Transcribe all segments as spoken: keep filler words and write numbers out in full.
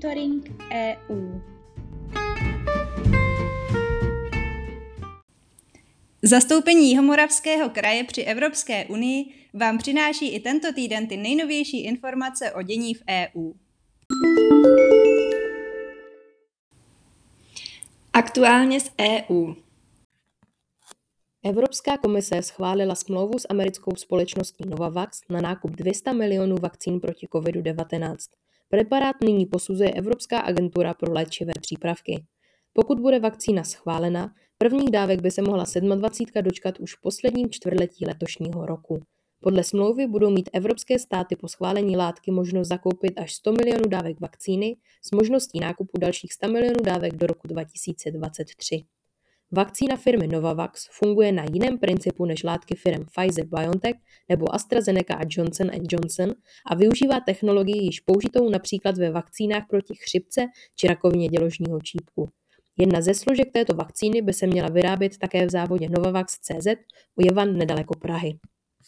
Monitoring E U. Zastoupení Jihomoravského kraje při Evropské unii vám přináší i tento týden ty nejnovější informace o dění v E U. Aktuálně z E U. Evropská komise schválila smlouvu s americkou společností Novavax na nákup dvě stě milionů vakcín proti kovidu devatenáct. Preparát nyní posuzuje Evropská agentura pro léčivé přípravky. Pokud bude vakcína schválena, prvních dávek by se mohla dvacítka sedma dočkat už v posledním čtvrtletí letošního roku. Podle smlouvy budou mít evropské státy po schválení látky možnost zakoupit až sto milionů dávek vakcíny s možností nákupu dalších sto milionů dávek do roku dva tisíce dvacet tři. Vakcína firmy Novavax funguje na jiném principu než látky firem Pfizer-BioNTech nebo AstraZeneca a Johnson and Johnson a využívá technologii již použitou například ve vakcínách proti chřipce či rakovině děložního čípku. Jedna ze složek této vakcíny by se měla vyrábět také v závodě Novavax tečka cé zet u Jevan nedaleko Prahy.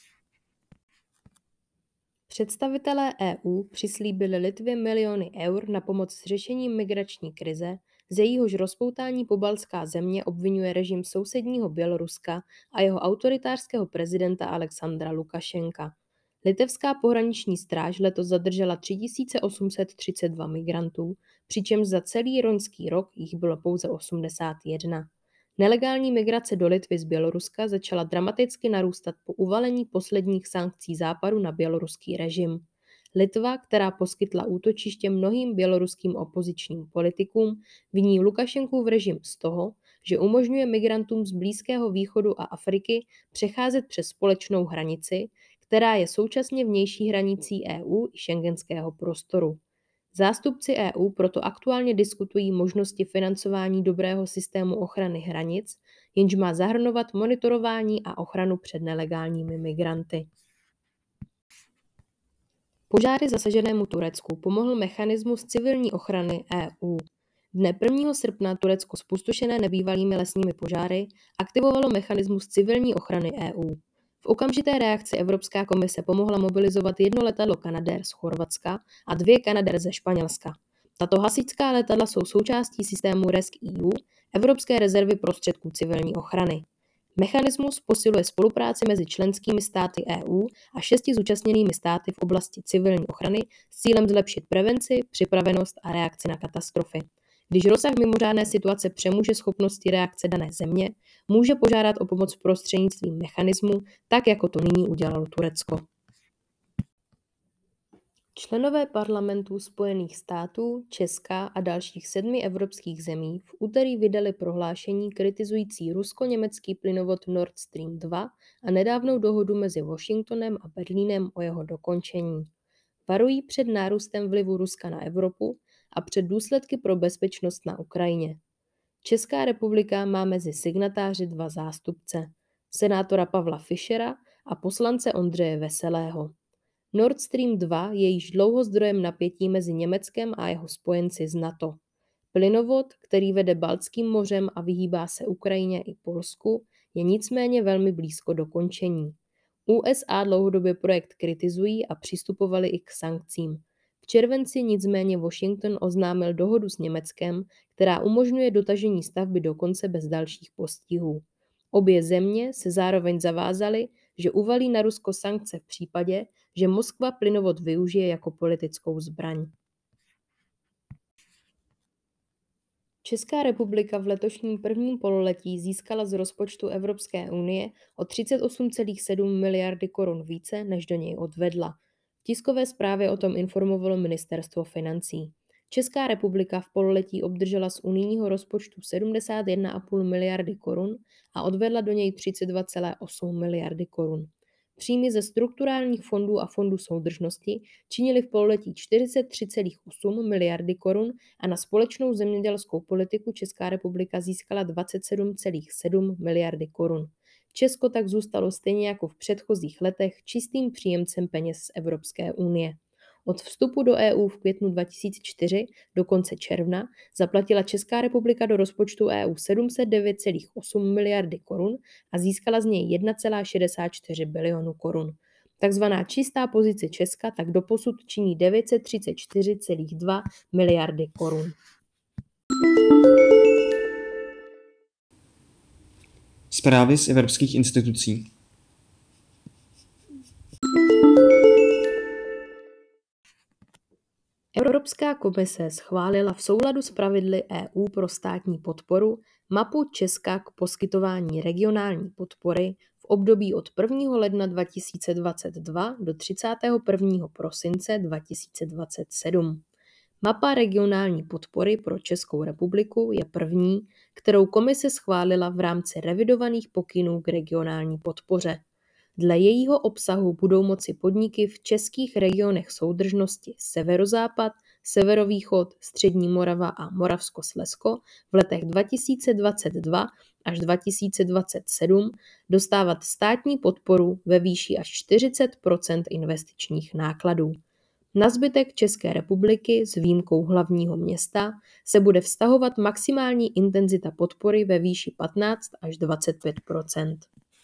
Představitelé E U přislíbili Litvě miliony eur na pomoc s řešením migrační krize, z jejíhož rozpoutání pobaltská země obvinuje režim sousedního Běloruska a jeho autoritářského prezidenta Alexandra Lukašenka. Litevská pohraniční stráž letos zadržela tři tisíce osm set třicet dva migrantů, přičemž za celý loňský rok jich bylo pouze osmdesát jedna. Nelegální migrace do Litvy z Běloruska začala dramaticky narůstat po uvalení posledních sankcí Západu na běloruský režim. Litva, která poskytla útočiště mnohým běloruským opozičním politikům, viní Lukašenkův režim z toho, že umožňuje migrantům z Blízkého východu a Afriky přecházet přes společnou hranici, která je současně vnější hranicí E U i schengenského prostoru. Zástupci E U proto aktuálně diskutují možnosti financování dobrého systému ochrany hranic, jenž má zahrnovat monitorování a ochranu před nelegálními migranty. Požáry zasaženému Turecku pomohl mechanismus civilní ochrany E U. Dne prvního srpna Turecko zpustošené nebývalými lesními požáry aktivovalo mechanismus civilní ochrany E U. V okamžité reakci Evropská komise pomohla mobilizovat jedno letadlo Canadair z Chorvatska a dvě Canadair ze Španělska. Tato hasičská letadla jsou součástí systému rescEU, Evropské rezervy prostředků civilní ochrany. Mechanismus posiluje spolupráci mezi členskými státy E U a šesti zúčastněnými státy v oblasti civilní ochrany s cílem zlepšit prevenci, připravenost a reakci na katastrofy. Když rozsah mimořádné situace přemůže schopnosti reakce dané země, může požádat o pomoc prostřednictvím mechanismu, tak jako to nyní udělalo Turecko. Členové parlamentů Spojených států, Česka a dalších sedmi evropských zemí v úterý vydali prohlášení kritizující rusko-německý plynovod Nord Stream dva a nedávnou dohodu mezi Washingtonem a Berlínem o jeho dokončení. Varují před nárůstem vlivu Ruska na Evropu a před důsledky pro bezpečnost na Ukrajině. Česká republika má mezi signatáři dva zástupce, senátora Pavla Fischera a poslance Ondřeje Veselého. Nord Stream dva je již dlouho zdrojem napětí mezi Německem a jeho spojenci z NATO. Plynovod, který vede Baltským mořem a vyhýbá se Ukrajině i Polsku, je nicméně velmi blízko dokončení. U S A dlouhodobě projekt kritizují a přistupovali i k sankcím. V červenci nicméně Washington oznámil dohodu s Německem, která umožňuje dotažení stavby do konce bez dalších postihů. Obě země se zároveň zavázaly, že uvalí na Rusko sankce v případě, že Moskva plynovod využije jako politickou zbraň. Česká republika v letošním prvním pololetí získala z rozpočtu Evropské unie o třicet osm celá sedm miliardy korun více, než do něj odvedla. V tiskové zprávě o tom informovalo Ministerstvo financí. Česká republika v pololetí obdržela z unijního rozpočtu sedmdesát jedna celá pět miliardy korun a odvedla do něj třicet dva celá osm miliardy korun. Příjmy ze strukturálních fondů a fondů soudržnosti činily v pololetí čtyřicet tři celá osm miliardy korun a na společnou zemědělskou politiku Česká republika získala dvacet sedm celá sedm miliardy korun. Česko tak zůstalo stejně jako v předchozích letech čistým příjemcem peněz z Evropské unie. Od vstupu do E U v květnu dva tisíce čtyři do konce června zaplatila Česká republika do rozpočtu E U sedm set devět celá osm miliardy korun a získala z něj jedna celá šedesát čtyři bilionu korun. Takzvaná čistá pozice Česka tak doposud činí devět set třicet čtyři celá dva miliardy korun. Zprávy z evropských institucí. Evropská komise schválila v souladu s pravidly E U pro státní podporu mapu Česka k poskytování regionální podpory v období od prvního ledna dva tisíce dvacet dva do třicátého prvního prosince dva tisíce dvacet sedm. Mapa regionální podpory pro Českou republiku je první, kterou komise schválila v rámci revidovaných pokynů k regionální podpoře. Dle jejího obsahu budou moci podniky v českých regionech soudržnosti Severozápad, Severovýchod, Střední Morava a Moravskoslezsko v letech dva tisíce dvacet dva až dva tisíce dvacet sedm dostávat státní podporu ve výši až čtyřicet procent investičních nákladů. Na zbytek České republiky s výjimkou hlavního města se bude vztahovat maximální intenzita podpory ve výši patnáct až dvacet pět procent.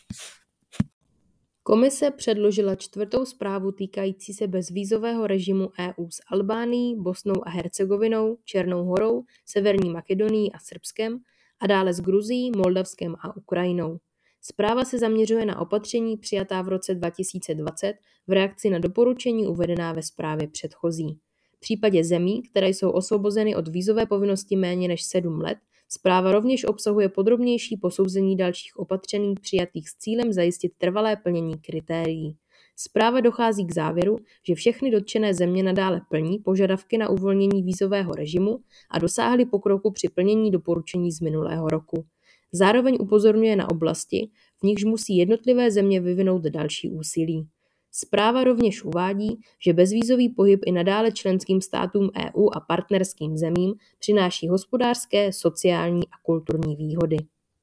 Komise předložila čtvrtou zprávu týkající se bezvízového režimu E U s Albánií, Bosnou a Hercegovinou, Černou Horou, Severní Makedonií a Srbskem a dále s Gruzií, Moldavskem a Ukrajinou. Zpráva se zaměřuje na opatření přijatá v roce dva tisíce dvacet v reakci na doporučení uvedená ve zprávě předchozí. V případě zemí, které jsou osvobozeny od vízové povinnosti méně než sedm let, zpráva rovněž obsahuje podrobnější posouzení dalších opatření přijatých s cílem zajistit trvalé plnění kritérií. Zpráva dochází k závěru, že všechny dotčené země nadále plní požadavky na uvolnění vízového režimu a dosáhly pokroku při plnění doporučení z minulého roku. Zároveň upozorňuje na oblasti, v nichž musí jednotlivé země vyvinout další úsilí. Zpráva rovněž uvádí, že bezvízový pohyb i nadále členským státům E U a partnerským zemím přináší hospodářské, sociální a kulturní výhody.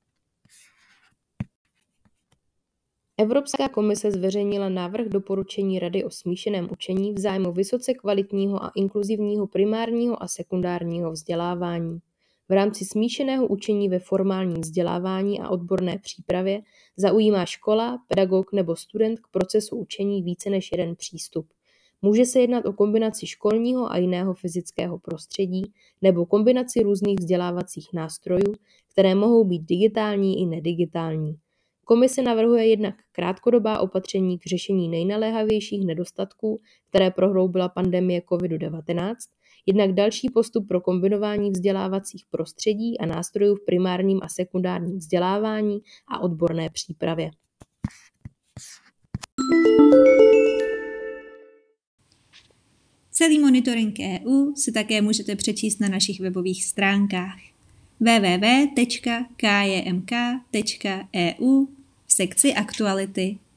Evropská komise zveřejnila návrh doporučení Rady o smíšeném učení v zájmu vysoce kvalitního a inkluzivního primárního a sekundárního vzdělávání. V rámci smíšeného učení ve formálním vzdělávání a odborné přípravě zaujímá škola, pedagog nebo student k procesu učení více než jeden přístup. Může se jednat o kombinaci školního a jiného fyzického prostředí nebo kombinaci různých vzdělávacích nástrojů, které mohou být digitální i nedigitální. Komise navrhuje jednak krátkodobá opatření k řešení nejnaléhavějších nedostatků, které prohloubila pandemie covid devatenáct, jednak další postup pro kombinování vzdělávacích prostředí a nástrojů v primárním a sekundárním vzdělávání a odborné přípravě. Celý monitoring E U si také můžete přečíst na našich webových stránkách w w w tečka k j m k tečka e u v sekci aktuality.